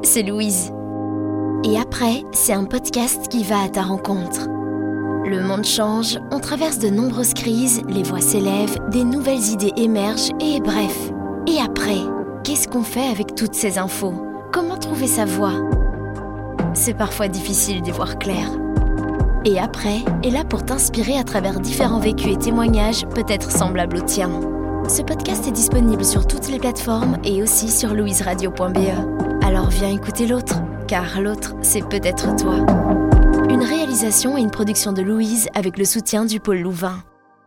c'est Louise. Et après, c'est un podcast qui va à ta rencontre. Le monde change, on traverse de nombreuses crises, les voix s'élèvent, des nouvelles idées émergent et bref. Et après, qu'est-ce qu'on fait avec toutes ces infos ? Comment trouver sa voie ? C'est parfois difficile d'y voir clair. Et après est là pour t'inspirer à travers différents vécus et témoignages peut-être semblables aux tiens. Ce podcast est disponible sur toutes les plateformes et aussi sur louiseradio.be. Alors viens écouter l'autre, car l'autre, c'est peut-être toi. Une réalisation et une production de Louise avec le soutien du pôle Louvain.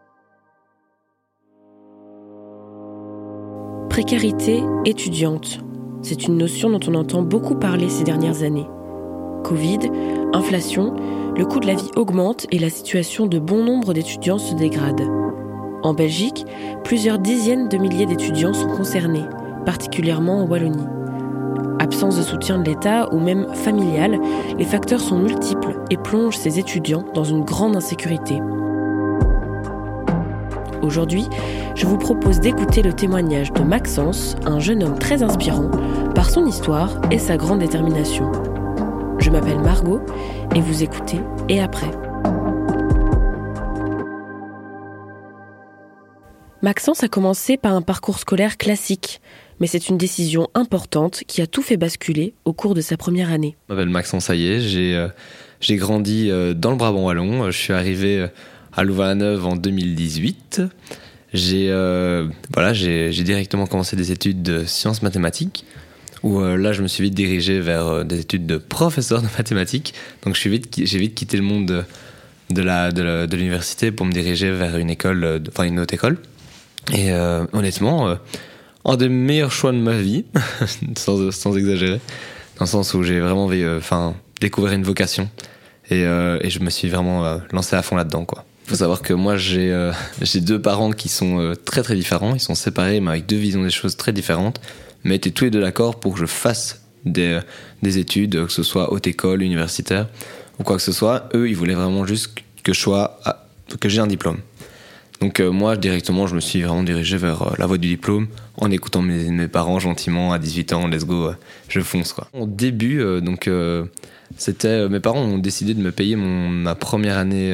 Précarité étudiante. C'est une notion dont on entend beaucoup parler ces dernières années. Covid, inflation, le coût de la vie augmente et la situation de bon nombre d'étudiants se dégrade. En Belgique, plusieurs dizaines de milliers d'étudiants sont concernés, particulièrement en Wallonie. Absence de soutien de l'État ou même familial, les facteurs sont multiples et plongent ces étudiants dans une grande insécurité. Aujourd'hui, je vous propose d'écouter le témoignage de Maxence, un jeune homme très inspirant, par son histoire et sa grande détermination. Je m'appelle Margot et vous écoutez Et après. Maxence a commencé par un parcours scolaire classique, mais c'est une décision importante qui a tout fait basculer au cours de sa première année. Je m'appelle Maxence Hayet, j'ai grandi dans le Brabant wallon. Je suis arrivé à Louvain-la-Neuve en 2018. J'ai directement commencé des études de sciences mathématiques, où là je me suis vite dirigé vers des études de professeur de mathématiques. Donc j'ai vite quitté le monde de l'université pour me diriger vers une autre école. Et honnêtement, un des meilleurs choix de ma vie, sans exagérer, dans le sens où j'ai vraiment découvert une vocation et je me suis vraiment lancé à fond là-dedans, quoi. Il faut savoir que moi j'ai deux parents qui sont très très différents, ils sont séparés mais avec deux visions des choses très différentes, mais étaient tous les deux d'accord pour que je fasse des études, que ce soit haute école, universitaire ou quoi que ce soit. Eux, ils voulaient vraiment juste que j'ai un diplôme. Donc moi, directement, je me suis vraiment dirigé vers la voie du diplôme en écoutant mes parents gentiment à 18 ans, let's go, je fonce, quoi. Au début, mes parents ont décidé de me payer ma première année,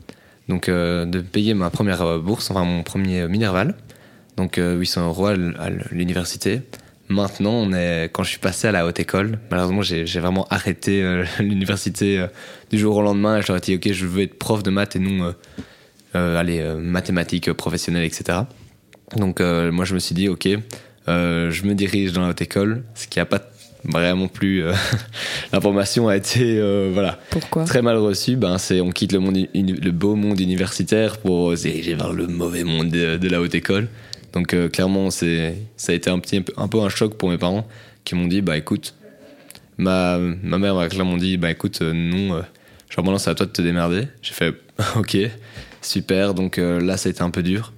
de payer ma première bourse, enfin mon premier Minerval, donc 800 € à l'université. Maintenant, quand je suis passé à la haute école, malheureusement, j'ai vraiment arrêté l'université du jour au lendemain. Et je leur ai dit, ok, je veux être prof de maths et non mathématiques professionnelles, etc. Donc moi je me suis dit ok, je me dirige dans la haute école, ce qui a pas vraiment plus l'information a été Pourquoi très mal reçue. On quitte le beau monde universitaire pour se diriger vers le mauvais monde de la haute école. Donc clairement ça a été un peu un choc pour mes parents qui m'ont dit écoute, ma mère m'a clairement dit non, maintenant c'est à toi de te démerder. J'ai fait ok, super, donc là ça a été un peu dur.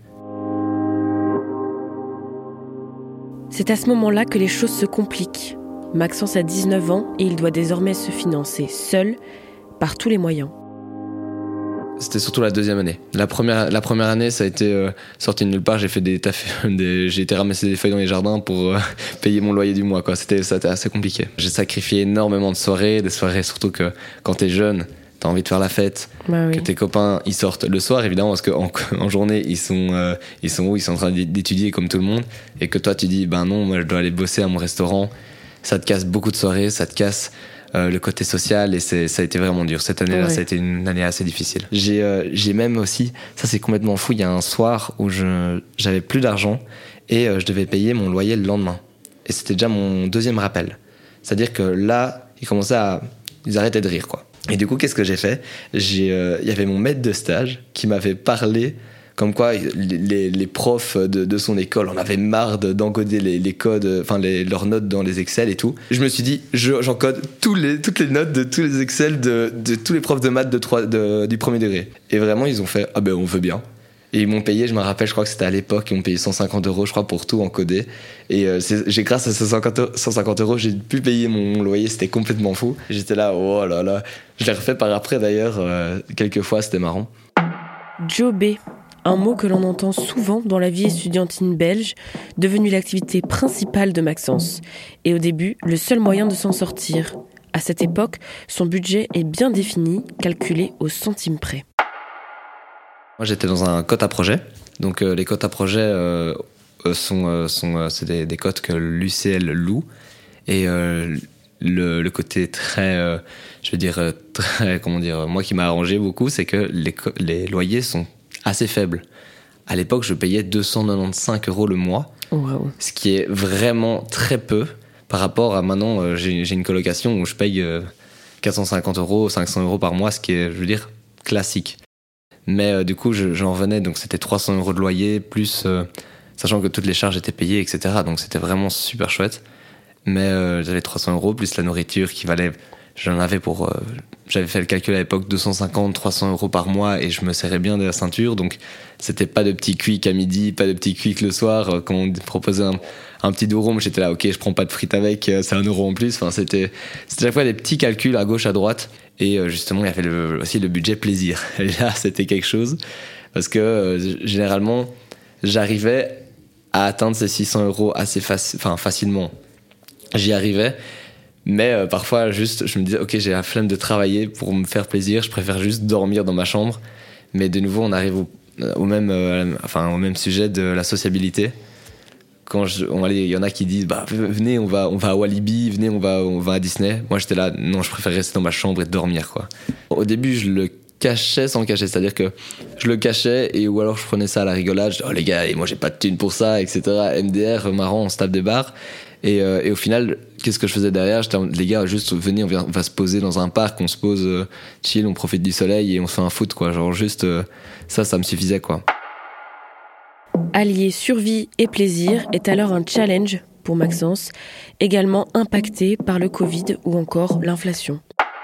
C'est à ce moment-là que les choses se compliquent. Maxence a 19 ans et il doit désormais se financer seul, par tous les moyens. C'était surtout la deuxième année. La première année, ça a été sorti de nulle part. J'ai été ramasser des feuilles dans les jardins pour payer mon loyer du mois, quoi. C'était assez compliqué. J'ai sacrifié énormément de soirées, des soirées surtout que quand t'es jeune, t'as envie de faire la fête, que tes copains ils sortent le soir évidemment parce qu'en journée ils sont en train d'étudier comme tout le monde, et que toi tu dis non, moi je dois aller bosser à mon restaurant. Ça te casse beaucoup de soirées, ça te casse le côté social, et ça a été vraiment dur. Cette année-là, ça a été une année assez difficile. J'ai même aussi, ça c'est complètement fou, il y a un soir où j'avais plus d'argent et je devais payer mon loyer le lendemain. Et c'était déjà mon deuxième rappel. C'est-à-dire que là, ils arrêtaient de rire, quoi. Et du coup, qu'est-ce que j'ai fait ? Il y avait mon maître de stage qui m'avait parlé comme quoi les profs de son école en avaient marre d'encoder les codes, leurs notes dans les Excel et tout. Je me suis dit, j'encode toutes les notes de tous les Excel de tous les profs de maths du premier degré. Et vraiment, ils ont fait, on veut bien. Et ils m'ont payé, je me rappelle, je crois que c'était à l'époque, ils m'ont payé 150 €, je crois, pour tout encoder. Et grâce à ces 150 €, j'ai pu payer mon loyer, c'était complètement fou. Et j'étais là, oh là là. Je l'ai refait par après d'ailleurs, quelques fois, c'était marrant. Joe B, un mot que l'on entend souvent dans la vie estudiantine belge, devenue l'activité principale de Maxence. Et au début, le seul moyen de s'en sortir. À cette époque, son budget est bien défini, calculé au centime près. Moi, j'étais dans un quota projet. Donc, les quotas projet c'est des quotes que l'UCL loue. Et le côté très, moi qui m'a arrangé beaucoup, c'est que les loyers sont assez faibles. À l'époque, je payais 295 € le mois, Wow. ce qui est vraiment très peu par rapport à maintenant, j'ai une colocation où je paye 450 €, 500 € par mois, ce qui est, je veux dire, classique. Mais du coup, j'en revenais, donc c'était 300 € de loyer, plus, sachant que toutes les charges étaient payées, etc. Donc c'était vraiment super chouette. Mais j'avais 300 € plus la nourriture qui valait, j'avais fait le calcul à l'époque, 250, 300 € par mois, et je me serrais bien de la ceinture, donc c'était pas de petit quick à midi, pas de petit quick le soir. Quand on proposait un petit durum, j'étais là, ok, je prends pas de frites avec, c'est 1 € en plus. Enfin, c'était chaque fois des petits calculs à gauche, à droite, et justement il y avait aussi le budget plaisir. Et là, c'était quelque chose, parce que généralement, j'arrivais à atteindre ces 600 € assez facilement. J'y arrivais, mais parfois juste je me disais ok, j'ai la flemme de travailler pour me faire plaisir, je préfère juste dormir dans ma chambre. Mais de nouveau on arrive au même sujet de la sociabilité. Il y en a qui disent bah venez on va à Walibi, venez on va à Disney. Moi j'étais là, non, je préfère rester dans ma chambre et dormir quoi. Au début je le cachais sans cacher, c'est-à-dire que je le cachais, ou alors je prenais ça à la rigolade, je dis, oh les gars, moi j'ai pas de thune pour ça, etc. MDR, marrant, on se tape des barres. Et au final, qu'est-ce que je faisais derrière? J'étais les gars, juste venez, on va se poser dans un parc, on se pose chill, on profite du soleil et on se fait un foot quoi. Genre juste ça me suffisait quoi. Allier survie et plaisir est alors un challenge pour Maxence, également impacté par le Covid ou encore l'inflation.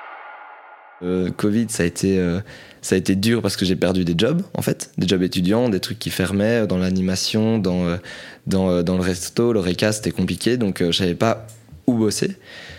Covid, ça a été dur parce que j'ai perdu des jobs, en fait, des jobs étudiants, des trucs qui fermaient dans l'animation, dans le resto, l'Oreca, c'était compliqué, donc je savais pas où bosser.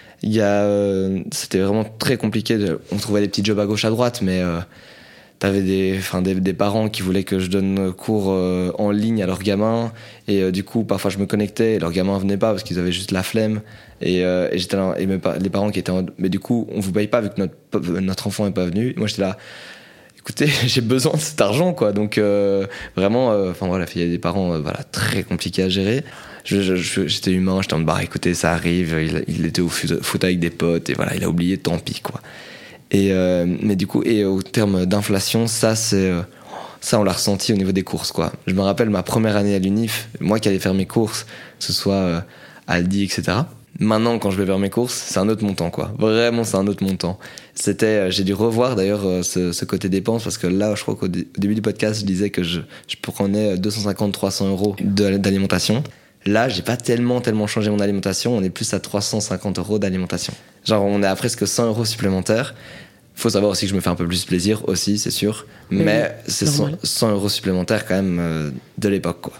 C'était vraiment très compliqué. On trouvait des petits jobs à gauche, à droite, mais t'avais des parents qui voulaient que je donne cours en ligne à leurs gamins, et du coup parfois je me connectais et leurs gamins venaient pas parce qu'ils avaient juste la flemme, et j'étais là, et les parents qui étaient mais du coup on vous paye pas vu que notre enfant est pas venu. Et moi j'étais là, écoutez, j'ai besoin de cet argent quoi. Donc vraiment il y a des parents très compliqués à gérer. J'étais humain, j'étais en mode écoutez, ça arrive, il était au foot avec des potes et voilà, il a oublié, tant pis quoi. Mais du coup, et au terme d'inflation, ça on l'a ressenti au niveau des courses quoi. Je me rappelle ma première année à l'UNIF, moi qui allais faire mes courses, que ce soit Aldi, etc. Maintenant, quand je vais faire mes courses, c'est un autre montant quoi. Vraiment, c'est un autre montant. J'ai dû revoir d'ailleurs ce côté dépenses, parce que là, je crois qu'au début du podcast, je disais que je prenais 250-300 € d'alimentation. Là, j'ai pas tellement changé mon alimentation. On est plus à 350 € d'alimentation. Genre, on est à presque 100 € supplémentaires. Faut savoir aussi que je me fais un peu plus plaisir aussi, c'est sûr. Mais c'est 100 € supplémentaires quand même de l'époque, quoi.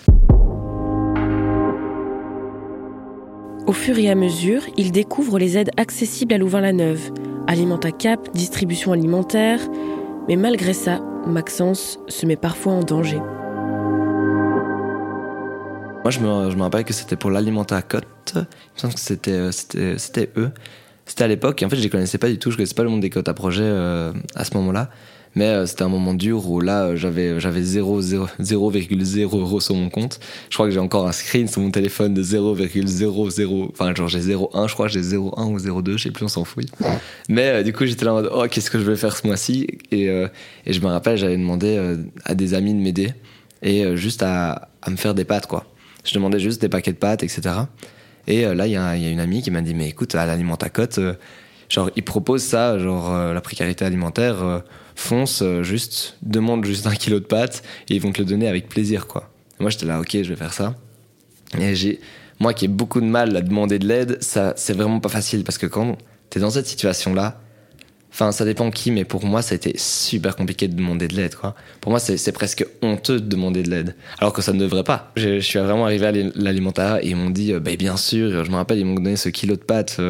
Au fur et à mesure, il découvre les aides accessibles à Louvain-la-Neuve. Alimenta-Cap, distribution alimentaire. Mais malgré ça, Maxence se met parfois en danger. Moi, je me rappelle que c'était pour l'Alimenta-Cap. Il me semble que c'était eux. C'était à l'époque, et en fait, je les connaissais pas du tout. Je connaissais pas le monde des quotas projets à ce moment-là. Mais c'était un moment dur où là, j'avais 0,0 € sur mon compte. Je crois que j'ai encore un screen sur mon téléphone de 0,00. Enfin, genre j'ai 0,1, je crois que j'ai 0,1 ou 0,2, je sais plus, on s'en fout. Mais du coup, j'étais là en mode, oh, qu'est-ce que je vais faire ce mois-ci? Et je me rappelle, j'avais demandé à des amis de m'aider, et juste à me faire des pâtes, quoi. Je demandais juste des paquets de pâtes, etc. Et là, il y a une amie qui m'a dit, mais écoute, à l'Alimenta-Cap, genre, ils proposent ça, genre la précarité alimentaire, fonce, demande juste 1 kilo de pâtes et ils vont te le donner avec plaisir, quoi. Et moi, j'étais là, ok, je vais faire ça. Et moi qui ai beaucoup de mal à demander de l'aide, ça, c'est vraiment pas facile, parce que quand t'es dans cette situation-là, enfin, ça dépend qui, mais pour moi, ça a été super compliqué de demander de l'aide, quoi. Pour moi, c'est presque honteux de demander de l'aide, alors que ça ne devrait pas. Je suis vraiment arrivé à l'Alimenta et ils m'ont dit, bien sûr, je me rappelle, ils m'ont donné ce kilo de pâtes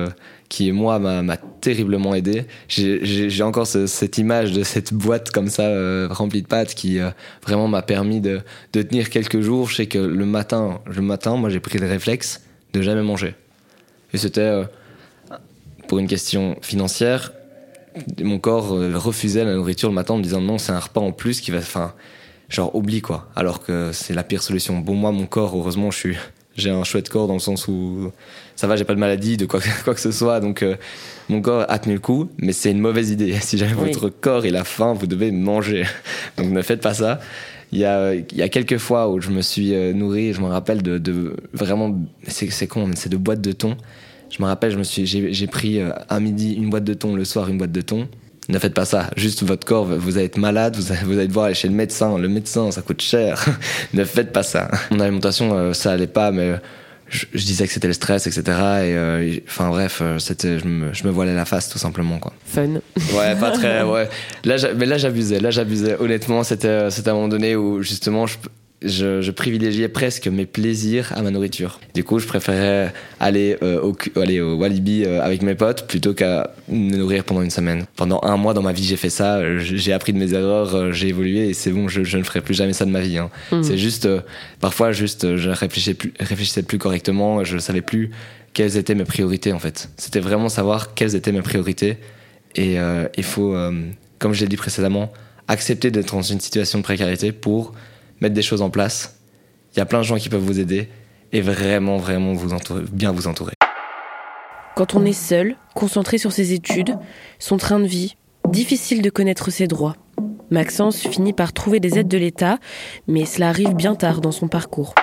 qui moi m'a terriblement aidé. J'ai encore cette image de cette boîte comme ça remplie de pâtes qui vraiment m'a permis de tenir quelques jours. Je sais que le matin, moi j'ai pris le réflexe de jamais manger. Et c'était pour une question financière. Mon corps refusait la nourriture le matin en me disant non, c'est un repas en plus qui va, genre oublie quoi. Alors que c'est la pire solution. Bon, moi mon corps, heureusement, j'ai un chouette corps dans le sens où ça va, j'ai pas de maladie, de quoi que ce soit, donc mon corps a tenu le coup, mais c'est une mauvaise idée. Si jamais votre corps il a faim, vous devez manger. Donc ne faites pas ça. Il y a quelques fois où je me suis nourri, et je me rappelle de vraiment, c'est con, mais c'est de boîtes de thon. Je me rappelle, j'ai pris à midi une boîte de thon, le soir une boîte de thon. Ne faites pas ça, juste votre corps, vous allez être malade, vous allez devoir aller chez le médecin, ça coûte cher. Ne faiite pas ça. Mon alimentation, ça allait pas, mais je disais que c'était le stress, etc. Et enfin bref, je me voilais la face tout simplement, quoi. Fun. Ouais, pas très, ouais. Là j'abusais. Honnêtement, c'était à un moment donné où justement je privilégiais presque mes plaisirs à ma nourriture. Du coup, je préférais aller au Walibi avec mes potes plutôt qu'à me nourrir pendant une semaine. Pendant 1 mois dans ma vie, j'ai fait ça. J'ai appris de mes erreurs, j'ai évolué et c'est bon, je ne ferai plus jamais ça de ma vie. Hein. C'est juste, parfois, je réfléchissais plus correctement. Je ne savais plus quelles étaient mes priorités, en fait. C'était vraiment savoir quelles étaient mes priorités. Et il faut, comme je l'ai dit précédemment, accepter d'être dans une situation de précarité pour mettre des choses en place. Il y a plein de gens qui peuvent vous aider et vraiment bien vous entourer. Quand on est seul, concentré sur ses études, son train de vie, difficile de connaître ses droits. Maxence finit par trouver des aides de l'État, mais cela arrive bien tard dans son parcours.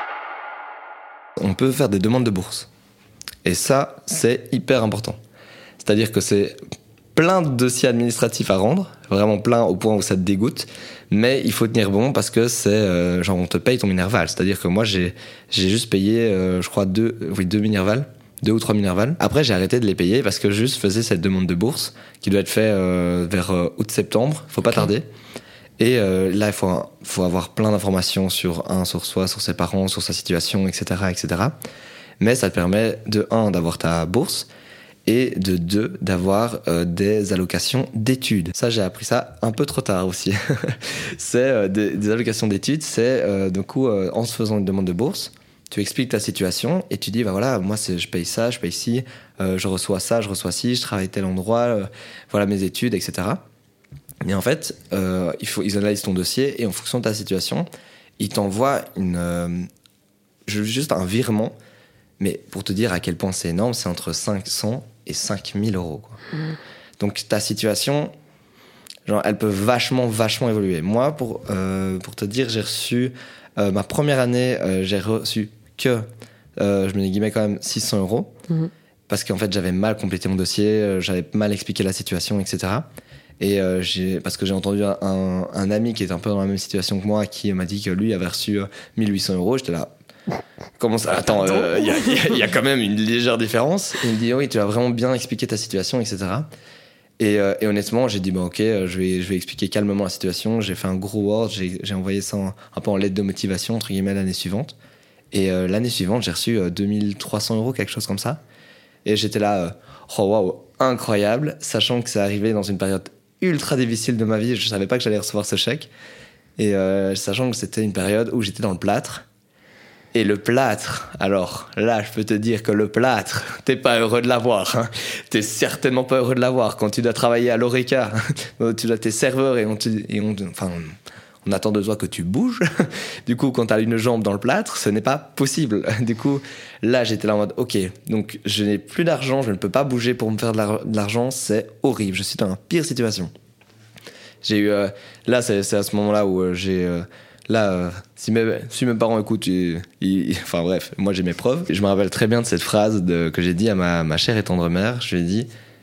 On peut faire des demandes de bourse. Et ça, c'est hyper important. C'est-à-dire que c'est plein de dossiers administratifs à rendre, vraiment plein au point où ça te dégoûte, mais il faut tenir bon parce que c'est genre on te paye ton Minerval. C'est-à-dire que moi j'ai juste payé je crois 2 Minerval, 2 ou 3 Minerval. Après j'ai arrêté de les payer parce que juste faisais cette demande de bourse qui doit être faite vers août-septembre, faut pas tarder. Et là il faut avoir plein d'informations sur soi, sur ses parents, sur sa situation, etc. Mais ça te permet de 1 d'avoir ta bourse et de 2 d'avoir des allocations d'études. Ça, j'ai appris ça un peu trop tard aussi. C'est des allocations d'études, c'est du coup en se faisant une demande de bourse, tu expliques ta situation et tu dis bah voilà, moi je paye ça, je paye ci, je reçois ça, je reçois ci, je travaille à tel endroit, voilà mes études, etc. Et en fait, ils analysent ton dossier et en fonction de ta situation, ils t'envoient juste un virement. Mais pour te dire à quel point c'est énorme, c'est entre 500 et 5000 euros. Quoi. Donc ta situation, genre, elle peut vachement évoluer. Moi, pour te dire, j'ai reçu ma première année, j'ai reçu que, je mets des guillemets quand même, 600 euros. Parce qu'en fait, j'avais mal complété mon dossier, j'avais mal expliqué la situation, etc. Et parce que j'ai entendu un ami qui était un peu dans la même situation que moi, qui m'a dit que lui avait reçu 1800 euros. J'étais là. Comment ça ? Attends, il y a quand même une légère différence. Il me dit oui, tu as vraiment bien expliqué ta situation, etc. Et honnêtement, j'ai dit bah ok, je vais expliquer calmement la situation. J'ai fait un gros Word, j'ai envoyé ça un peu en lettre de motivation entre guillemets l'année suivante. Et l'année suivante, j'ai reçu 2300 euros, quelque chose comme ça. Et j'étais là, oh waouh, incroyable, sachant que ça arrivait dans une période ultra difficile de ma vie. Je savais pas que j'allais recevoir ce chèque. Et sachant que c'était une période où j'étais dans le plâtre. Et le plâtre, alors là, je peux te dire que le plâtre, t'es pas heureux de l'avoir. Hein. T'es certainement pas heureux de l'avoir quand tu dois travailler à l'Oreca. Tu dois t'es serveur et on attend de toi que tu bouges. Du coup, quand t'as une jambe dans le plâtre, ce n'est pas possible. Du coup, là, j'étais là en mode, ok, donc je n'ai plus d'argent, je ne peux pas bouger pour me faire de l'argent, c'est horrible. Je suis dans la pire situation. J'ai eu, là, c'est à ce moment-là où j'ai... si mes parents écoutent, enfin bref, moi j'ai mes preuves. Je me rappelle très bien de cette phrase que j'ai dit à ma chère et tendre mère. Je lui ai dit,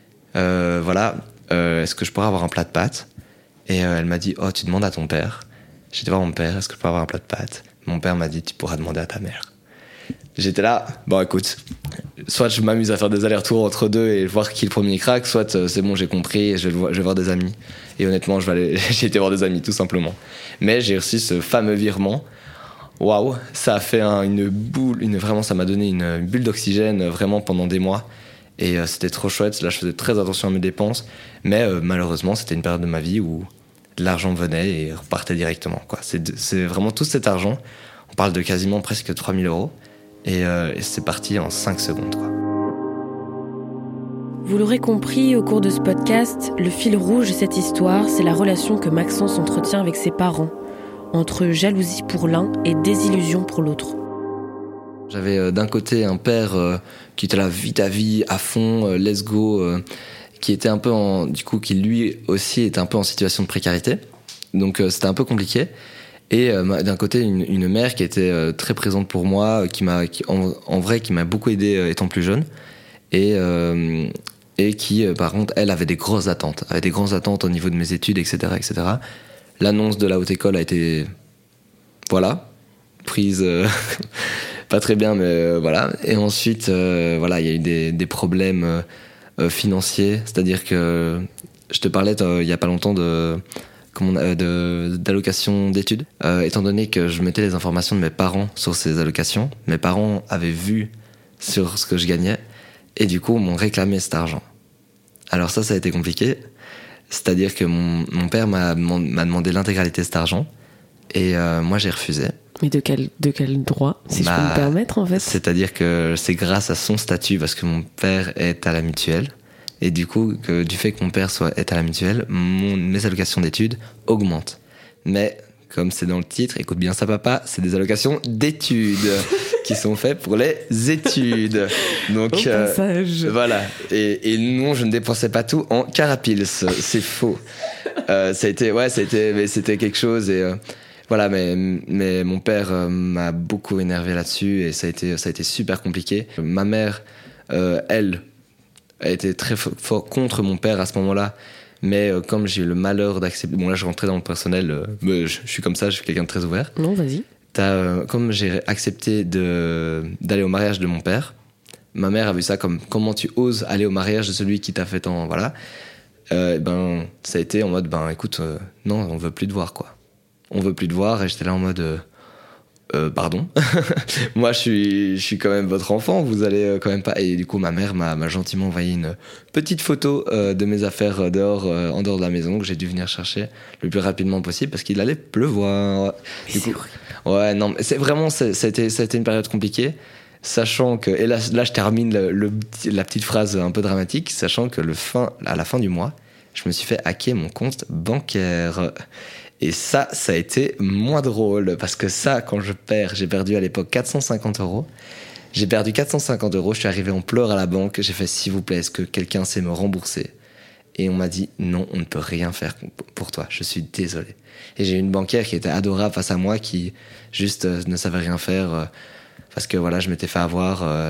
est-ce que je pourrais avoir un plat de pâtes ? Et elle m'a dit, oh, tu demandes à ton père. J'ai dit voir mon père, est-ce que je peux avoir un plat de pâtes ? Mon père m'a dit, tu pourras demander à ta mère. J'étais là, bon écoute, soit je m'amuse à faire des allers-retours entre deux et voir qui le premier craque, soit c'est bon, j'ai compris et je vais voir des amis. Et honnêtement, j'ai été voir des amis tout simplement. Mais j'ai reçu ce fameux virement. Waouh, ça a fait une boule, vraiment, ça m'a donné une bulle d'oxygène vraiment pendant des mois. Et c'était trop chouette. Là, je faisais très attention à mes dépenses. Mais malheureusement, c'était une période de ma vie où l'argent venait et repartait directement, quoi. C'est vraiment tout cet argent. On parle de quasiment presque 3 000 €. Et c'est parti en 5 secondes, quoi. Vous l'aurez compris, au cours de ce podcast, le fil rouge de cette histoire, c'est la relation que Maxence entretient avec ses parents, entre jalousie pour l'un et désillusion pour l'autre. J'avais d'un côté un père qui était là, vite à vie, à fond, let's go, qui était un peu qui lui aussi était un peu en situation de précarité. Donc c'était un peu compliqué. Et d'un côté, une mère qui était très présente pour moi, qui m'a beaucoup aidé étant plus jeune. Et qui, par contre, elle avait des grosses attentes. Au niveau de mes études, etc., etc. L'annonce de la haute école a été, prise pas très bien, mais voilà. Et ensuite, il y a eu des problèmes financiers. C'est-à-dire que je te parlais il y a pas longtemps d'allocation d'études. Étant donné que je mettais les informations de mes parents sur ces allocations, mes parents avaient vu sur ce que je gagnais. Et du coup, m'ont réclamé cet argent. Alors ça a été compliqué. C'est-à-dire que mon père m'a demandé l'intégralité de cet argent. Et moi, j'ai refusé. Mais de quel droit, si je peux me permettre, en fait? C'est-à-dire que c'est grâce à son statut, parce que mon père est à la mutuelle. Et du coup, du fait que mon père est à la mutuelle, mes allocations d'études augmentent. Mais, comme c'est dans le titre, écoute bien ça papa, c'est des allocations d'études qui sont faites pour les études. Donc, voilà. Et non, je ne dépensais pas tout en carapils. C'est faux. C'était quelque chose. Et voilà, mais mon père m'a beaucoup énervé là-dessus et ça a été super compliqué. Ma mère, elle, a été très fort contre mon père à ce moment-là. Mais comme j'ai eu le malheur d'accepter... Bon, là, je rentrais dans le personnel. Mais je suis comme ça, je suis quelqu'un de très ouvert. Non, vas-y. Comme j'ai accepté d'aller au mariage de mon père, ma mère a vu ça comme comment tu oses aller au mariage de celui qui t'a fait tant... Voilà. Ça a été en mode, écoute, non, on veut plus te voir, quoi. On veut plus te voir. Et j'étais là en mode... pardon. Moi, je suis quand même votre enfant. Vous allez quand même pas. Et du coup, ma mère m'a gentiment envoyé une petite photo de mes affaires dehors, en dehors de la maison, que j'ai dû venir chercher le plus rapidement possible parce qu'il allait pleuvoir. Du coup, ouais, non, mais c'est vraiment, ça a été une période compliquée. Sachant que, et là je termine la petite phrase un peu dramatique, sachant que à la fin du mois, je me suis fait hacker mon compte bancaire. Et ça a été moins drôle, parce que ça, quand j'ai perdu à l'époque 450 €. J'ai perdu 450 €, je suis arrivé en pleurs à la banque, j'ai fait, s'il vous plaît, est-ce que quelqu'un sait me rembourser? Et on m'a dit, non, on ne peut rien faire pour toi, je suis désolé. Et j'ai une banquière qui était adorable face à moi, qui juste ne savait rien faire, parce que voilà, je m'étais fait avoir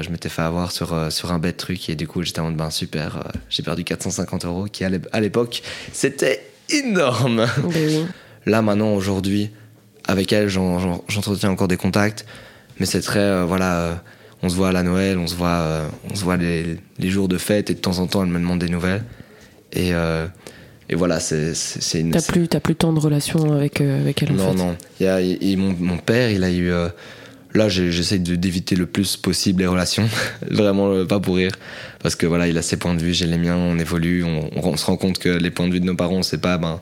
sur un bête truc, et du coup, j'étais en mode, super, j'ai perdu 450 €, qui à l'époque, c'était énorme. Oui. Là, maintenant, aujourd'hui, avec elle, j'entretiens encore des contacts. Mais c'est très, on se voit à la Noël, on se voit les jours de fête, et de temps en temps, elle me demande des nouvelles. Et voilà, c'est une... T'as plus tant de relations avec elle, en fait? Non. Mon père, il a eu... là, j'essaie d'éviter le plus possible les relations. Vraiment, pas pour rire. Parce que voilà, il a ses points de vue, j'ai les miens, on évolue, on se rend compte que les points de vue de nos parents, c'est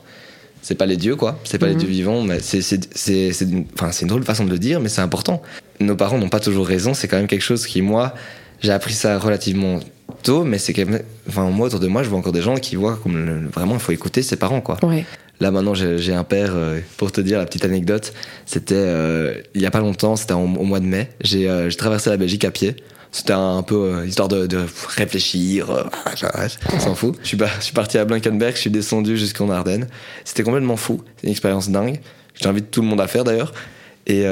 pas les dieux, quoi. C'est pas les dieux vivants, mais c'est une drôle de façon de le dire, mais c'est important. Nos parents n'ont pas toujours raison, c'est quand même quelque chose qui, moi, j'ai appris ça relativement tôt, mais c'est quand même... moi, autour de moi, je vois encore des gens qui voient comme vraiment, il faut écouter ses parents, quoi. Ouais. Là, maintenant, j'ai un père, pour te dire la petite anecdote, c'était, il y a pas longtemps, c'était au mois de mai, j'ai traversé la Belgique à pied. C'était un peu histoire de réfléchir, on s'en fout. Je suis parti à Blankenberg, je suis descendu jusqu'en Ardennes. C'était complètement fou, c'est une expérience dingue. J'invite tout le monde à faire d'ailleurs. Et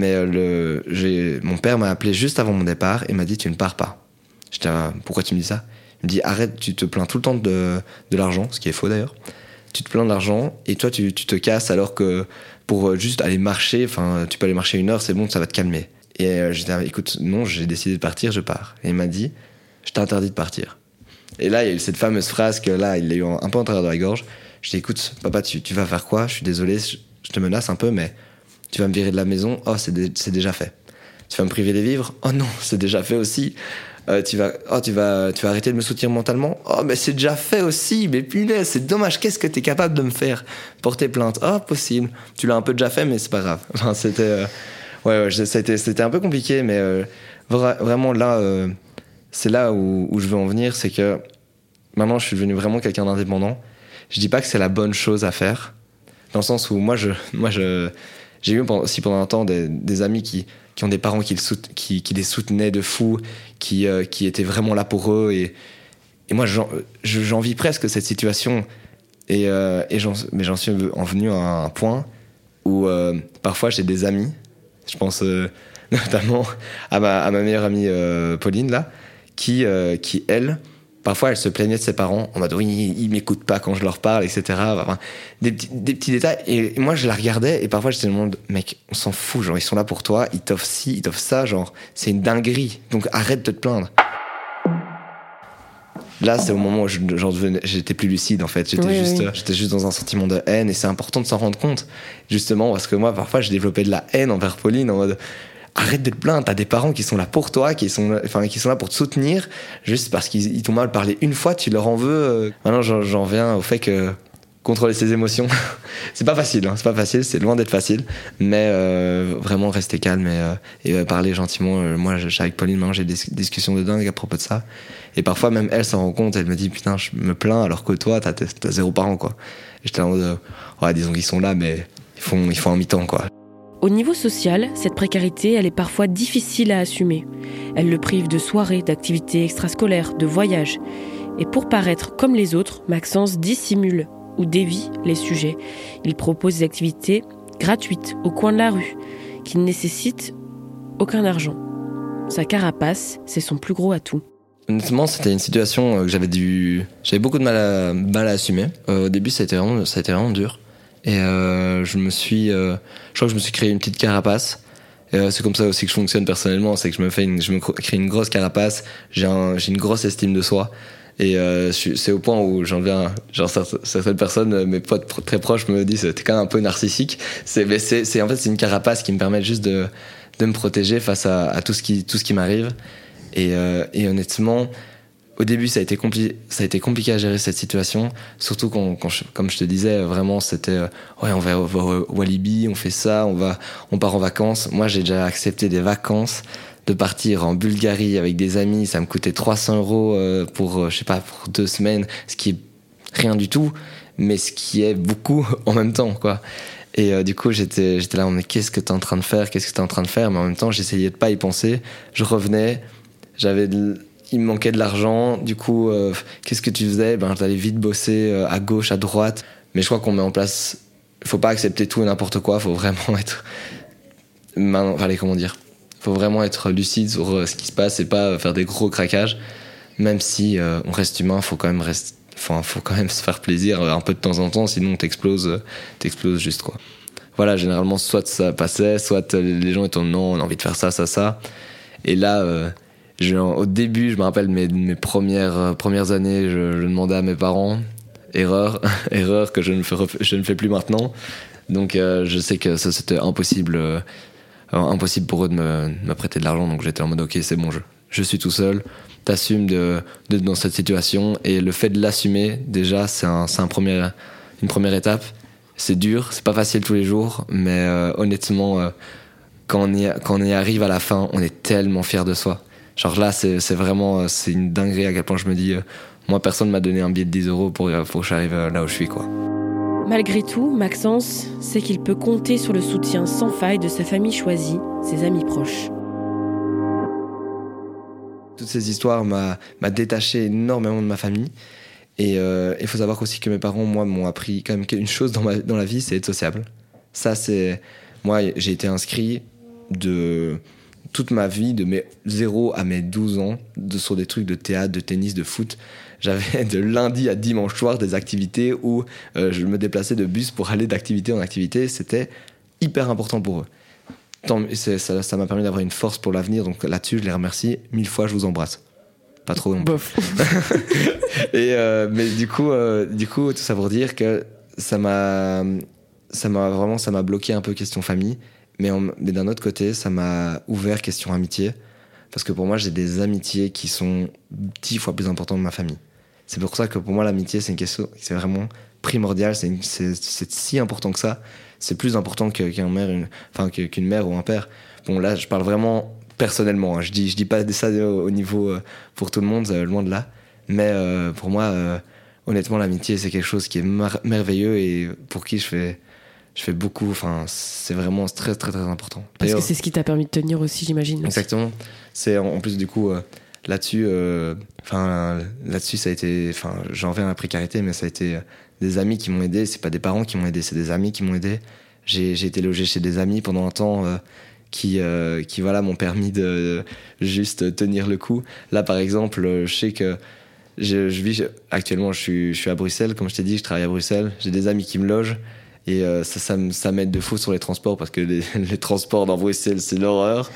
mon père m'a appelé juste avant mon départ et m'a dit, tu ne pars pas. J'étais, pourquoi tu me dis ça? Il me dit, arrête, tu te plains tout le temps de l'argent, ce qui est faux d'ailleurs. Tu te plains de l'argent et toi tu te casses, alors que pour juste aller marcher, tu peux aller marcher 1 heure, c'est bon, ça va te calmer. Et j'ai dit, écoute, non, j'ai décidé de partir, je pars. Et il m'a dit, je t'interdis de partir. Et là, il y a eu cette fameuse phrase que là, il l'a eu un peu en travers de la gorge. Je dis, écoute, papa, tu vas faire quoi? Je suis désolé, je te menace un peu, mais tu vas me virer de la maison? Oh, c'est déjà fait. Tu vas me priver des vivres? Oh non, c'est déjà fait aussi. tu vas arrêter de me soutenir mentalement. Oh, mais c'est déjà fait aussi, mais punaise, c'est dommage, qu'est-ce que t'es capable de me faire? Porter plainte, oh, possible. Tu l'as un peu déjà fait, mais c'est pas grave. Enfin, c'était un peu compliqué, mais vraiment là, c'est là où je veux en venir, c'est que maintenant, je suis devenu vraiment quelqu'un d'indépendant. Je dis pas que c'est la bonne chose à faire, dans le sens où moi, j'ai eu aussi pendant un temps des amis qui ont des parents qui les soutenaient de fou, qui étaient vraiment là pour eux. Et moi, j'envie presque cette situation. Mais j'en suis en venu à un point où parfois j'ai des amis, je pense notamment à ma meilleure amie Pauline, là, qui elle, parfois elle se plaignait de ses parents en mode oui, ils m'écoutent pas quand je leur parle, etc. Enfin, des petits détails. Et moi je la regardais et parfois j'étais dans le monde, mec, on s'en fout, genre ils sont là pour toi, ils t'offrent ci, ils t'offrent ça, genre c'est une dinguerie. Donc arrête de te plaindre. Là, c'est au moment où j'étais plus lucide en fait. J'étais juste dans un sentiment de haine et c'est important de s'en rendre compte. Justement, parce que moi, parfois, j'ai développé de la haine envers Pauline en mode arrête de te plaindre, t'as des parents qui sont là pour toi, qui sont là pour te soutenir, juste parce qu'ils t'ont mal parlé une fois, tu leur en veux. Maintenant, j'en viens au fait que contrôler ses émotions, c'est pas facile, c'est loin d'être facile, mais vraiment rester calme et parler gentiment. Moi, avec Pauline, maintenant, j'ai des discussions de dingue à propos de ça. Et parfois, même elle s'en rend compte, elle me dit putain, je me plains alors que toi, t'as 0 parents, quoi. Et j'étais en mode, ouais, disons qu'ils sont là, mais ils font un mi-temps, quoi. Au niveau social, cette précarité, elle est parfois difficile à assumer. Elle le prive de soirées, d'activités extrascolaires, de voyages. Et pour paraître comme les autres, Maxence dissimule ou dévie les sujets. Il propose des activités gratuites au coin de la rue, qui ne nécessitent aucun argent. Sa carapace, c'est son plus gros atout. Honnêtement, c'était une situation que j'avais beaucoup de mal à assumer. Au début, ça a été vraiment dur. Et je crois que je me suis créé une petite carapace. C'est comme ça aussi que je fonctionne personnellement, c'est que je me crée une grosse carapace. J'ai une grosse estime de soi. Et c'est au point où j'en viens, genre certaines personnes, mes potes très proches me disent t'es quand même un peu narcissique. En fait c'est une carapace qui me permet juste de me protéger face à tout ce qui m'arrive. Et honnêtement, au début, ça a été compliqué à gérer cette situation, surtout comme je te disais, vraiment, c'était ouais, on va au Walibi, on fait ça, on part en vacances. Moi, j'ai déjà accepté des vacances, de partir en Bulgarie avec des amis, ça me coûtait 300 € pour 2 semaines, ce qui est rien du tout, mais ce qui est beaucoup en même temps, quoi. Et du coup, j'étais là, mais qu'est-ce que t'es en train de faire? Mais en même temps, j'essayais de pas y penser. Je revenais, il me manquait de l'argent, du coup, qu'est-ce que tu faisais? J'allais vite bosser à gauche, à droite. Mais je crois qu'on met en place, il faut pas accepter tout et n'importe quoi, faut vraiment être, faut vraiment être lucide sur ce qui se passe et pas faire des gros craquages. Même si on reste humain, faut quand même se faire plaisir un peu de temps en temps, sinon t'exploses juste, quoi. Voilà, généralement, soit ça passait, soit les gens étaient non, on a envie de faire ça. Et là, au début, je me rappelle mes premières années, je demandais à mes parents, erreur que je ne fais plus maintenant. Donc je sais que ça c'était impossible pour eux de me prêter de l'argent. Donc j'étais en mode ok, c'est bon, je suis tout seul. T'assumes de dans cette situation, et le fait de l'assumer déjà, c'est une première étape. C'est dur, c'est pas facile tous les jours, mais honnêtement, quand on y arrive à la fin, on est tellement fier de soi. Genre là, c'est vraiment, c'est une dinguerie à quel point je me dis, moi personne m'a donné un billet de 10 € pour que j'arrive là où je suis, quoi. Malgré tout, Maxence sait qu'il peut compter sur le soutien sans faille de sa famille choisie, ses amis proches. Toutes ces histoires m'a détaché énormément de ma famille. Et il faut savoir aussi que mes parents, moi, m'ont appris quand même une chose dans la vie, c'est être sociable. Ça, c'est... Moi, j'ai été inscrit de toute ma vie, de mes 0 à mes 12 ans, sur des trucs de théâtre, de tennis, de foot. J'avais de lundi à dimanche soir des activités où je me déplaçais de bus pour aller d'activité en activité. C'était hyper important pour eux. Ça m'a permis d'avoir une force pour l'avenir. Donc là-dessus, je les remercie 1000 fois, je vous embrasse. Pas trop non plus. Mais du coup, tout ça pour dire que ça m'a bloqué un peu question famille. Mais d'un autre côté, ça m'a ouvert question amitié. parce que pour moi, j'ai des amitiés qui sont 10 fois plus importantes que ma famille. C'est pour ça que pour moi, l'amitié, c'est une question, c'est vraiment primordial, c'est si important que ça. C'est plus important qu'une mère ou un père. Bon, là, je parle vraiment personnellement. Hein. Je dis pas ça au niveau pour tout le monde, loin de là. Mais pour moi, honnêtement, l'amitié, c'est quelque chose qui est merveilleux et pour qui je fais beaucoup. Enfin, c'est vraiment très, très, très important. Parce que c'est ce qui t'a permis de tenir aussi, j'imagine. Exactement. C'est en plus, du coup, là-dessus, ça a été. Enfin, j'en reviens à la précarité, mais ça a été des amis qui m'ont aidé. C'est pas des parents qui m'ont aidé, c'est des amis qui m'ont aidé. J'ai été logé chez des amis pendant un temps qui voilà, m'ont permis de juste tenir le coup. Là, par exemple, je sais que actuellement, je suis à Bruxelles, comme je t'ai dit, je travaille à Bruxelles. J'ai des amis qui me logent et ça m'aide de fou sur les transports parce que les transports dans Bruxelles, c'est l'horreur.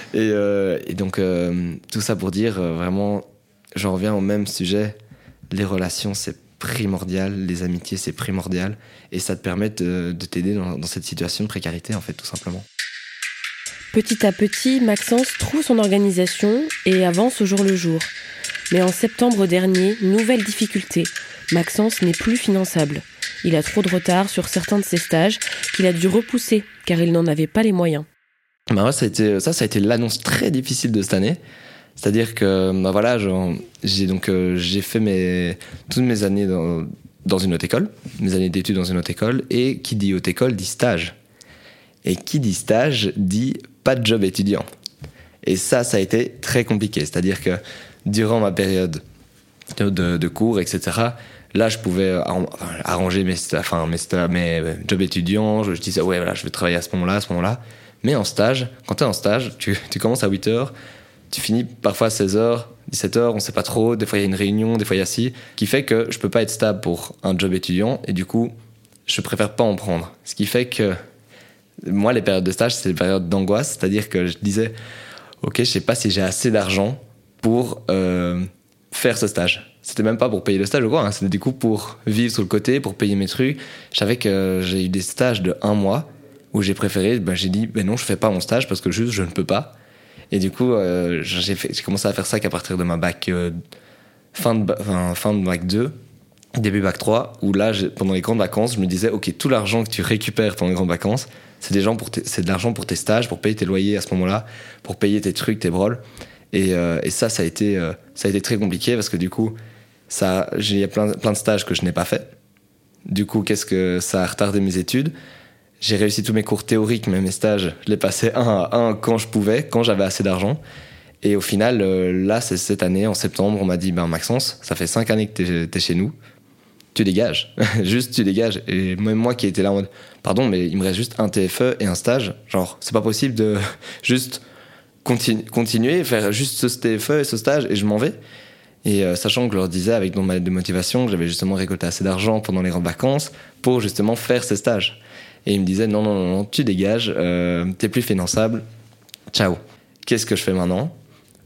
Et donc, tout ça pour dire, vraiment, j'en reviens au même sujet. Les relations, c'est primordial. Les amitiés, c'est primordial. Et ça te permet de t'aider dans cette situation de précarité, en fait, tout simplement. Petit à petit, Maxence trouve son organisation et avance au jour le jour. Mais en septembre dernier, nouvelle difficulté. Maxence n'est plus finançable. Il a trop de retard sur certains de ses stages qu'il a dû repousser car il n'en avait pas les moyens. Bah ça a été l'annonce très difficile de cette année. C'est-à-dire que voilà, j'ai fait toutes mes années dans une haute école, mes années d'études dans une haute école, et qui dit haute école dit stage. Et qui dit stage dit pas de job étudiant. Et ça a été très compliqué. C'est-à-dire que durant ma période de cours, etc., là, je pouvais arranger mes jobs étudiants. Je disais, ouais, voilà, je vais travailler à ce moment-là. Mais en stage, quand tu es en stage, tu commences à 8h, tu finis parfois à 16h, 17h, on sait pas trop. Des fois, il y a une réunion, des fois, il y a ci, qui fait que je peux pas être stable pour un job étudiant. Et du coup, je préfère pas en prendre. Ce qui fait que moi, les périodes de stage, c'est des périodes d'angoisse. C'est-à-dire que je disais, ok, je sais pas si j'ai assez d'argent pour faire ce stage. C'était même pas pour payer le stage ou quoi, hein. C'était du coup pour vivre sur le côté, pour payer mes trucs. Je savais que j'ai eu des stages de 1 mois où j'ai préféré, j'ai dit, non, je fais pas mon stage parce que juste je ne peux pas. Et du coup, j'ai commencé à faire ça qu'à partir de ma bac, fin de bac 2, début bac 3, où là, pendant les grandes vacances, je me disais, ok, tout l'argent que tu récupères pendant les grandes vacances, c'est de l'argent pour tes stages, pour payer tes loyers à ce moment-là, pour payer tes trucs, tes broles. Et ça a été très compliqué parce que du coup, il y a plein de stages que je n'ai pas fait. Du coup, qu'est-ce que ça a retardé mes études? J'ai réussi tous mes cours théoriques, mais mes stages, je les passais un à un quand je pouvais, quand j'avais assez d'argent. Et au final, là, c'est cette année, en septembre, on m'a dit, Maxence, ça fait 5 années que t'es chez nous, tu dégages. Juste, tu dégages. Et même moi qui étais là en mode, pardon, mais il me reste juste un TFE et un stage. Genre, c'est pas possible de juste continuer, faire juste ce TFE et ce stage, et je m'en vais. Et sachant que je leur disais avec ma lettre de motivation que j'avais justement récolté assez d'argent pendant les grandes vacances pour justement faire ces stages. Et ils me disaient non, tu dégages, t'es plus finançable, ciao. Qu'est-ce que je fais maintenant?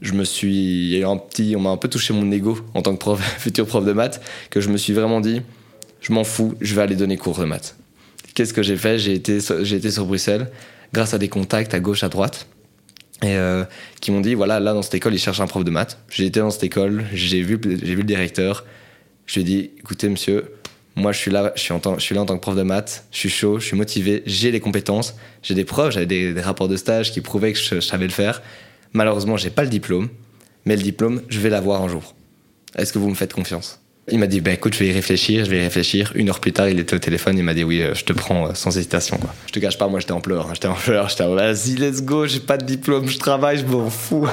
On m'a un peu touché mon ego en tant que futur prof de maths, que je me suis vraiment dit, je m'en fous, je vais aller donner cours de maths. Qu'est-ce que j'ai fait? J'ai été sur Bruxelles, grâce à des contacts à gauche, à droite, et qui m'ont dit, voilà, là dans cette école, ils cherchent un prof de maths. J'ai été dans cette école, j'ai vu le directeur, je lui ai dit, écoutez monsieur, moi je suis là en tant que prof de maths, je suis chaud, je suis motivé, j'ai les compétences, j'ai des preuves, j'avais des rapports de stage qui prouvaient que je savais le faire. Malheureusement, j'ai pas le diplôme, mais le diplôme, je vais l'avoir un jour. Est-ce que vous me faites confiance? Il m'a dit, écoute, je vais y réfléchir. 1 heure plus tard, il était au téléphone, il m'a dit, oui, je te prends sans hésitation, quoi. Je te cache pas, moi, j'étais en pleurs, j'étais vas-y, let's go, j'ai pas de diplôme, je travaille, je m'en fous.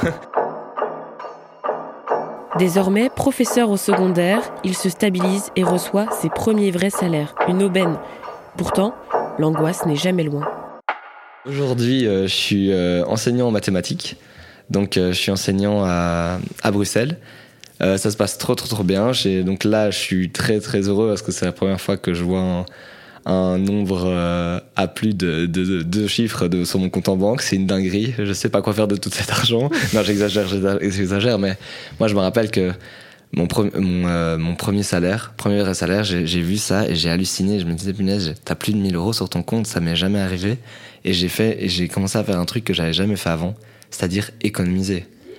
Désormais, professeur au secondaire, il se stabilise et reçoit ses premiers vrais salaires, une aubaine. Pourtant, l'angoisse n'est jamais loin. Aujourd'hui, je suis enseignant en mathématiques, donc je suis enseignant à Bruxelles. Ça se passe trop bien. Donc là, je suis très très heureux parce que c'est la première fois que je vois un nombre à plus de 2 chiffres sur mon compte en banque. C'est une dinguerie. Je sais pas quoi faire de tout cet argent. Non, j'exagère, mais moi je me rappelle que mon premier vrai salaire, j'ai vu ça et j'ai halluciné. Je me disais, punaise, t'as plus de 1 000 euros sur ton compte, ça m'est jamais arrivé. Et j'ai commencé à faire un truc que j'avais jamais fait avant, c'est-à-dire économiser.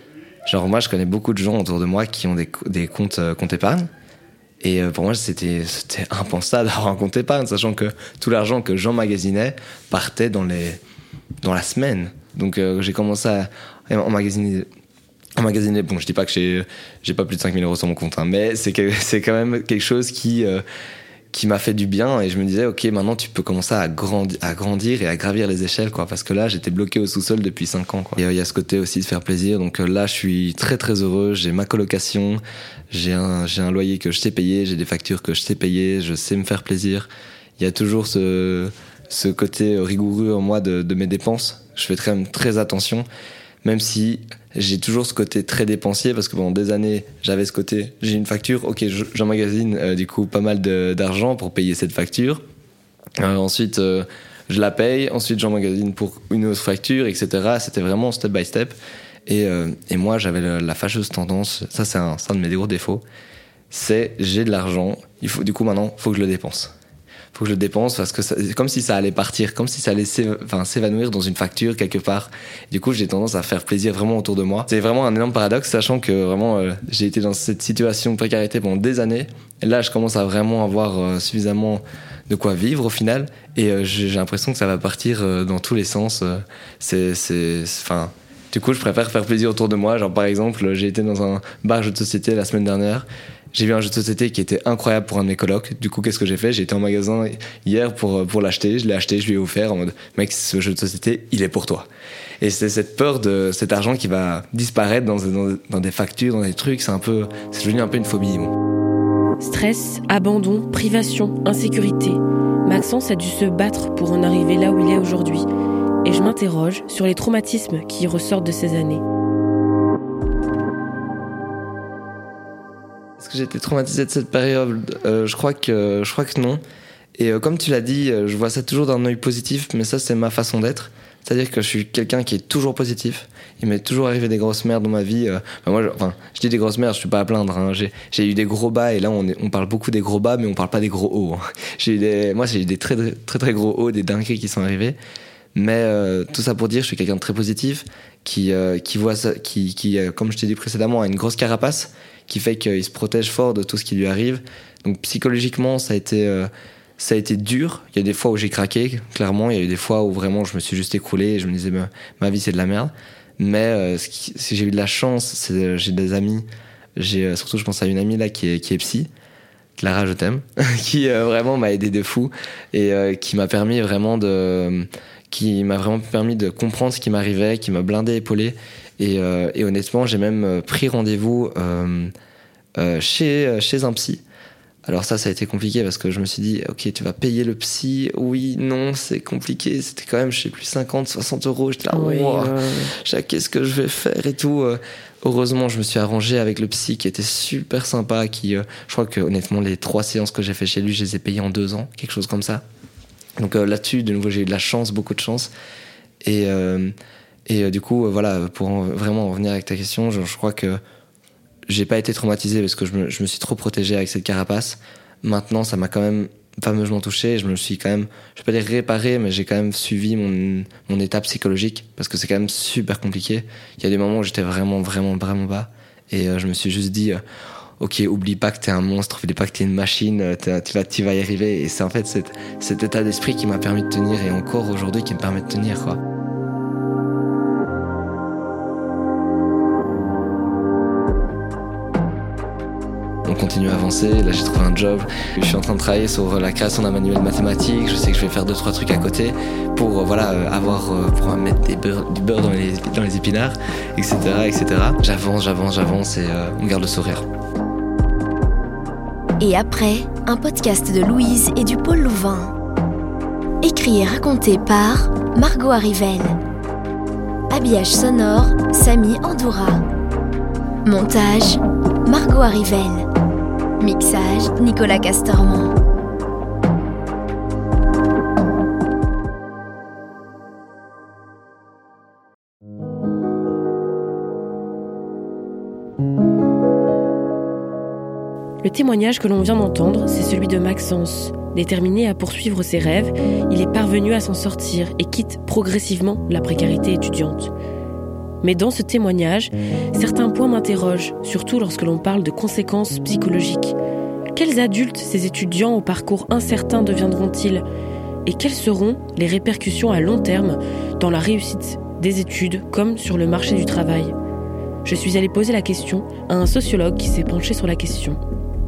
Genre moi je connais beaucoup de gens autour de moi qui ont des comptes épargne. Et pour moi, c'était impensable d'avoir un compte épargne, sachant que tout l'argent que j'emmagasinais partait dans la semaine. Donc j'ai commencé à emmagasiner. Bon, je dis pas que j'ai pas plus de 5 000 € sur mon compte, hein, mais c'est quand même quelque chose qui m'a fait du bien. Et je me disais, ok, maintenant tu peux commencer à grandir et à gravir les échelles, quoi. Parce que là, j'étais bloqué au sous-sol depuis 5 ans, quoi. Et il y a ce côté aussi de faire plaisir. Donc là, je suis très très heureux. J'ai ma colocation, j'ai un loyer que je sais payer, j'ai des factures que je sais payer, je sais me faire plaisir. Il y a toujours ce côté rigoureux en moi de mes dépenses. Je fais très attention, même si j'ai toujours ce côté très dépensier, parce que pendant des années, j'avais ce côté, j'ai une facture, ok, j'emmagasine du coup pas mal d'argent pour payer cette facture. Ensuite, je la paye, ensuite j'emmagasine pour une autre facture, etc. C'était vraiment step by step. Et moi, j'avais la fâcheuse tendance, ça c'est un de mes gros défauts, c'est j'ai de l'argent, du coup maintenant, faut que je le dépense. Faut que je le dépense parce que c'est comme si ça allait partir, comme si ça allait s'évanouir dans une facture quelque part. Du coup, j'ai tendance à faire plaisir vraiment autour de moi. C'est vraiment un énorme paradoxe, sachant que vraiment j'ai été dans cette situation de précarité pendant des années. Et là, je commence à vraiment avoir suffisamment de quoi vivre au final. Et j'ai l'impression que ça va partir dans tous les sens. Du coup, je préfère faire plaisir autour de moi. Genre, par exemple, j'ai été dans un bar jeu de société la semaine dernière. J'ai vu un jeu de société qui était incroyable pour un de mes colocs. Du coup, qu'est-ce que j'ai fait ? J'ai été en magasin hier pour l'acheter. Je l'ai acheté, je lui ai offert en mode « Mec, ce jeu de société, il est pour toi ». Et c'est cette peur de cet argent qui va disparaître dans des factures, dans des trucs. C'est devenu un peu une phobie. Bon. Stress, abandon, privation, insécurité. Maxence a dû se battre pour en arriver là où il est aujourd'hui. Et je m'interroge sur les traumatismes qui ressortent de ces années. Est-ce que j'ai été traumatisé de cette période ? Je crois que non. Et comme tu l'as dit, je vois ça toujours d'un œil positif, mais ça, c'est ma façon d'être. C'est-à-dire que je suis quelqu'un qui est toujours positif. Il m'est toujours arrivé des grosses merdes dans ma vie. Je dis des grosses merdes, je suis pas à plaindre. Hein. J'ai eu des gros bas, et là, on parle beaucoup des gros bas, mais on parle pas des gros hauts. Hein. J'ai eu des très, très, très gros hauts, des dingueries qui sont arrivés. Mais tout ça pour dire, je suis quelqu'un de très positif, qui voit ça, qui comme je t'ai dit précédemment, a une grosse carapace, qui fait qu'il se protège fort de tout ce qui lui arrive. Donc psychologiquement, ça a été dur. Il y a des fois où j'ai craqué, clairement. Il y a eu des fois où vraiment je me suis juste écroulé et je me disais ma vie c'est de la merde. Mais si j'ai eu de la chance, j'ai des amis. Surtout je pense à une amie là qui est psy. Clara, je t'aime, qui vraiment m'a aidé de fou et qui m'a vraiment permis de comprendre ce qui m'arrivait, qui m'a blindé, épaulé. Et honnêtement, j'ai même pris rendez-vous chez un psy. Alors ça a été compliqué parce que je me suis dit, ok, tu vas payer le psy. Oui, non, c'est compliqué. C'était quand même, je sais plus, 50, 60 €. J'étais là, qu'est-ce que je vais faire et tout. Heureusement, je me suis arrangé avec le psy qui était super sympa. Je crois que honnêtement, les 3 séances que j'ai fait chez lui, je les ai payées en 2 ans, quelque chose comme ça. Donc là-dessus, de nouveau, j'ai eu de la chance, beaucoup de chance. Et du coup, voilà, pour vraiment en revenir avec ta question, je crois que j'ai pas été traumatisé parce que je me suis trop protégé avec cette carapace. Maintenant, ça m'a quand même fameusement touché. Je me suis quand même, je vais pas dire réparé, mais j'ai quand même suivi mon état psychologique parce que c'est quand même super compliqué. Il y a des moments où j'étais vraiment, vraiment, vraiment bas. Et je me suis juste dit, ok, oublie pas que t'es un monstre, oublie pas que t'es une machine, tu vas y arriver. Et c'est en fait cet état d'esprit qui m'a permis de tenir et encore aujourd'hui qui me permet de tenir, quoi. On continue à avancer, là j'ai trouvé un job, je suis en train de travailler sur la création d'un manuel mathématique, je sais que je vais faire 2-3 trucs à côté pour pour mettre du beurre dans les épinards, etc. J'avance et on garde le sourire. Et après, un podcast de Louise et du Pôle Louvain. Écrit et raconté par Margot Arrivel. Habillage sonore, Samy Andoura. Montage, Margot Arrivel. Mixage, Nicolas Castormand. Le témoignage que l'on vient d'entendre, c'est celui de Maxence. Déterminé à poursuivre ses rêves, il est parvenu à s'en sortir et quitte progressivement la précarité étudiante. Mais dans ce témoignage, certains points m'interrogent, surtout lorsque l'on parle de conséquences psychologiques. Quels adultes ces étudiants au parcours incertain deviendront-ils ? Et quelles seront les répercussions à long terme dans la réussite des études comme sur le marché du travail ? Je suis allée poser la question à un sociologue qui s'est penché sur la question.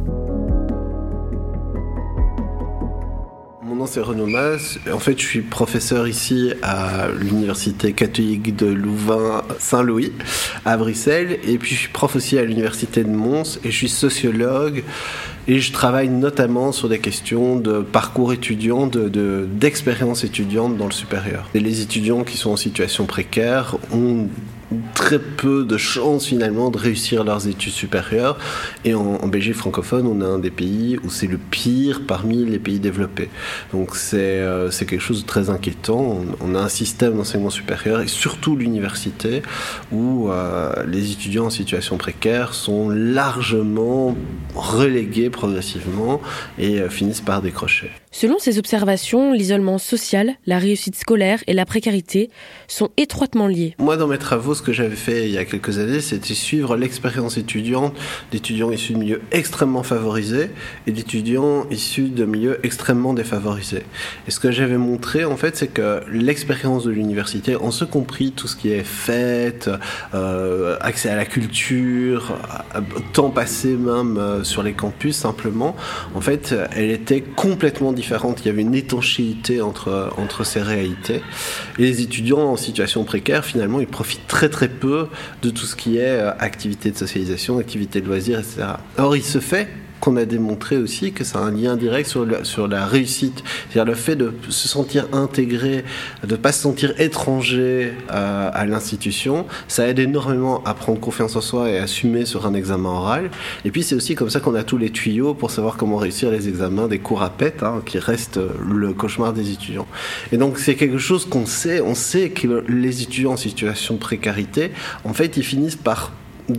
Mon nom c'est Renaud Mas. En fait, je suis professeur ici à l'Université catholique de Louvain-Saint-Louis à Bruxelles. Et puis je suis prof aussi à l'Université de Mons et je suis sociologue. Et je travaille notamment sur des questions de parcours étudiant, d'expérience étudiante dans le supérieur. Et les étudiants qui sont en situation précaire ont très peu de chances finalement de réussir leurs études supérieures. Et en Belgique francophone, on est un des pays où c'est le pire parmi les pays développés. Donc c'est quelque chose de très inquiétant. On a un système d'enseignement supérieur et surtout l'université où les étudiants en situation précaire sont largement relégués progressivement et finissent par décrocher. Selon ces observations, l'isolement social, la réussite scolaire et la précarité sont étroitement liés. Moi, dans mes travaux, ce que j'avais fait il y a quelques années, c'était suivre l'expérience étudiante d'étudiants issus de milieux extrêmement favorisés et d'étudiants issus de milieux extrêmement défavorisés. Et ce que j'avais montré, en fait, c'est que l'expérience de l'université, en ce compris tout ce qui est fête, accès à la culture, temps passé même sur les campus, simplement, en fait, elle était complètement différente. Il y avait une étanchéité entre ces réalités. Et les étudiants en situation précaire, finalement, ils profitent très très peu de tout ce qui est activité de socialisation, activité de loisirs, etc. Or, il se fait qu'on a démontré aussi que ça a un lien direct sur la réussite. C'est-à-dire le fait de se sentir intégré, de ne pas se sentir étranger à l'institution, ça aide énormément à prendre confiance en soi et à assumer sur un examen oral. Et puis c'est aussi comme ça qu'on a tous les tuyaux pour savoir comment réussir les examens des cours à pète, qui restent le cauchemar des étudiants. Et donc c'est quelque chose qu'on sait. On sait que les étudiants en situation de précarité, en fait, ils finissent par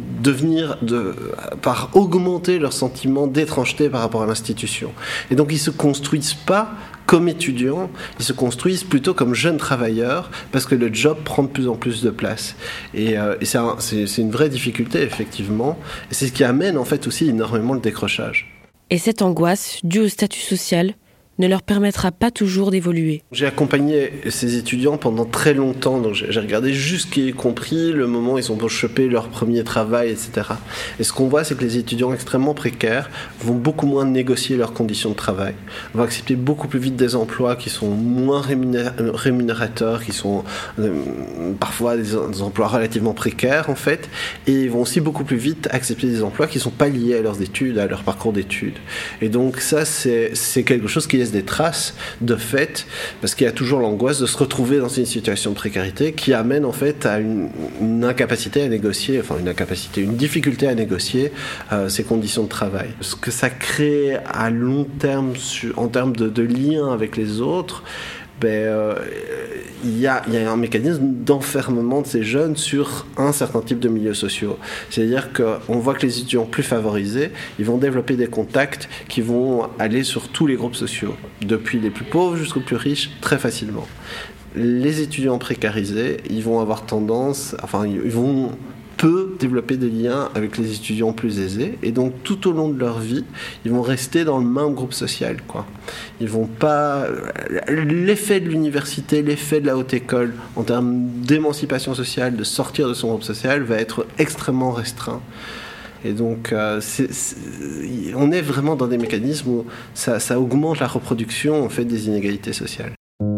augmenter leur sentiment d'étrangeté par rapport à l'institution. Et donc ils se construisent pas comme étudiants, ils se construisent plutôt comme jeunes travailleurs parce que le job prend de plus en plus de place. Et c'est une vraie difficulté, effectivement. Et c'est ce qui amène en fait aussi énormément le décrochage. Et cette angoisse, due au statut social, ne leur permettra pas toujours d'évoluer. J'ai accompagné ces étudiants pendant très longtemps, donc j'ai regardé jusqu'y compris le moment où ils ont pour choper leur premier travail, etc. Et ce qu'on voit, c'est que les étudiants extrêmement précaires vont beaucoup moins négocier leurs conditions de travail, vont accepter beaucoup plus vite des emplois qui sont moins rémunérateurs, qui sont parfois des emplois relativement précaires en fait, et ils vont aussi beaucoup plus vite accepter des emplois qui ne sont pas liés à leurs études, à leur parcours d'études. Et donc ça, c'est quelque chose qui laisse des traces de fait, parce qu'il y a toujours l'angoisse de se retrouver dans une situation de précarité qui amène en fait à une incapacité à négocier, une difficulté à négocier ces conditions de travail. Ce que ça crée à long terme en termes de lien avec les autres, il y a un mécanisme d'enfermement de ces jeunes sur un certain type de milieux sociaux. C'est-à-dire qu'on voit que les étudiants plus favorisés, ils vont développer des contacts qui vont aller sur tous les groupes sociaux, depuis les plus pauvres jusqu'aux plus riches, très facilement. Les étudiants précarisés, ils vont avoir tendance, ils vont peu développer des liens avec les étudiants plus aisés, et donc tout au long de leur vie, ils vont rester dans le même groupe social, quoi. Ils vont pas... L'effet de l'université, l'effet de la haute école, en termes d'émancipation sociale, de sortir de son groupe social, va être extrêmement restreint. Et donc, on est vraiment dans des mécanismes où ça augmente la reproduction, en fait, des inégalités sociales.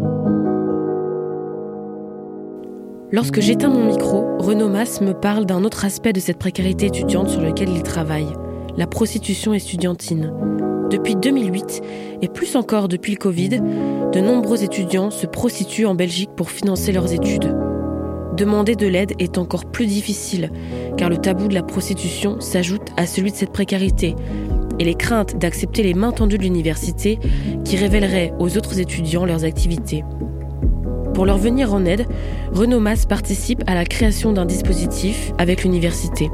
Lorsque j'éteins mon micro, Renaud Mas me parle d'un autre aspect de cette précarité étudiante sur lequel il travaille, la prostitution estudiantine. Depuis 2008, et plus encore depuis le Covid, de nombreux étudiants se prostituent en Belgique pour financer leurs études. Demander de l'aide est encore plus difficile, car le tabou de la prostitution s'ajoute à celui de cette précarité, et les craintes d'accepter les mains tendues de l'université qui révéleraient aux autres étudiants leurs activités. Pour leur venir en aide, Renaud Mas participe à la création d'un dispositif avec l'université.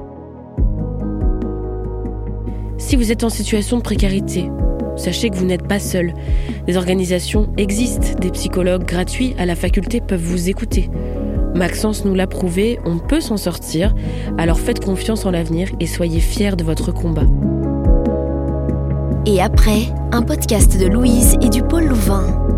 Si vous êtes en situation de précarité, sachez que vous n'êtes pas seul. Des organisations existent, des psychologues gratuits à la faculté peuvent vous écouter. Maxence nous l'a prouvé, on peut s'en sortir, alors faites confiance en l'avenir et soyez fiers de votre combat. Et après, un podcast de Louise et du pôle Louvain.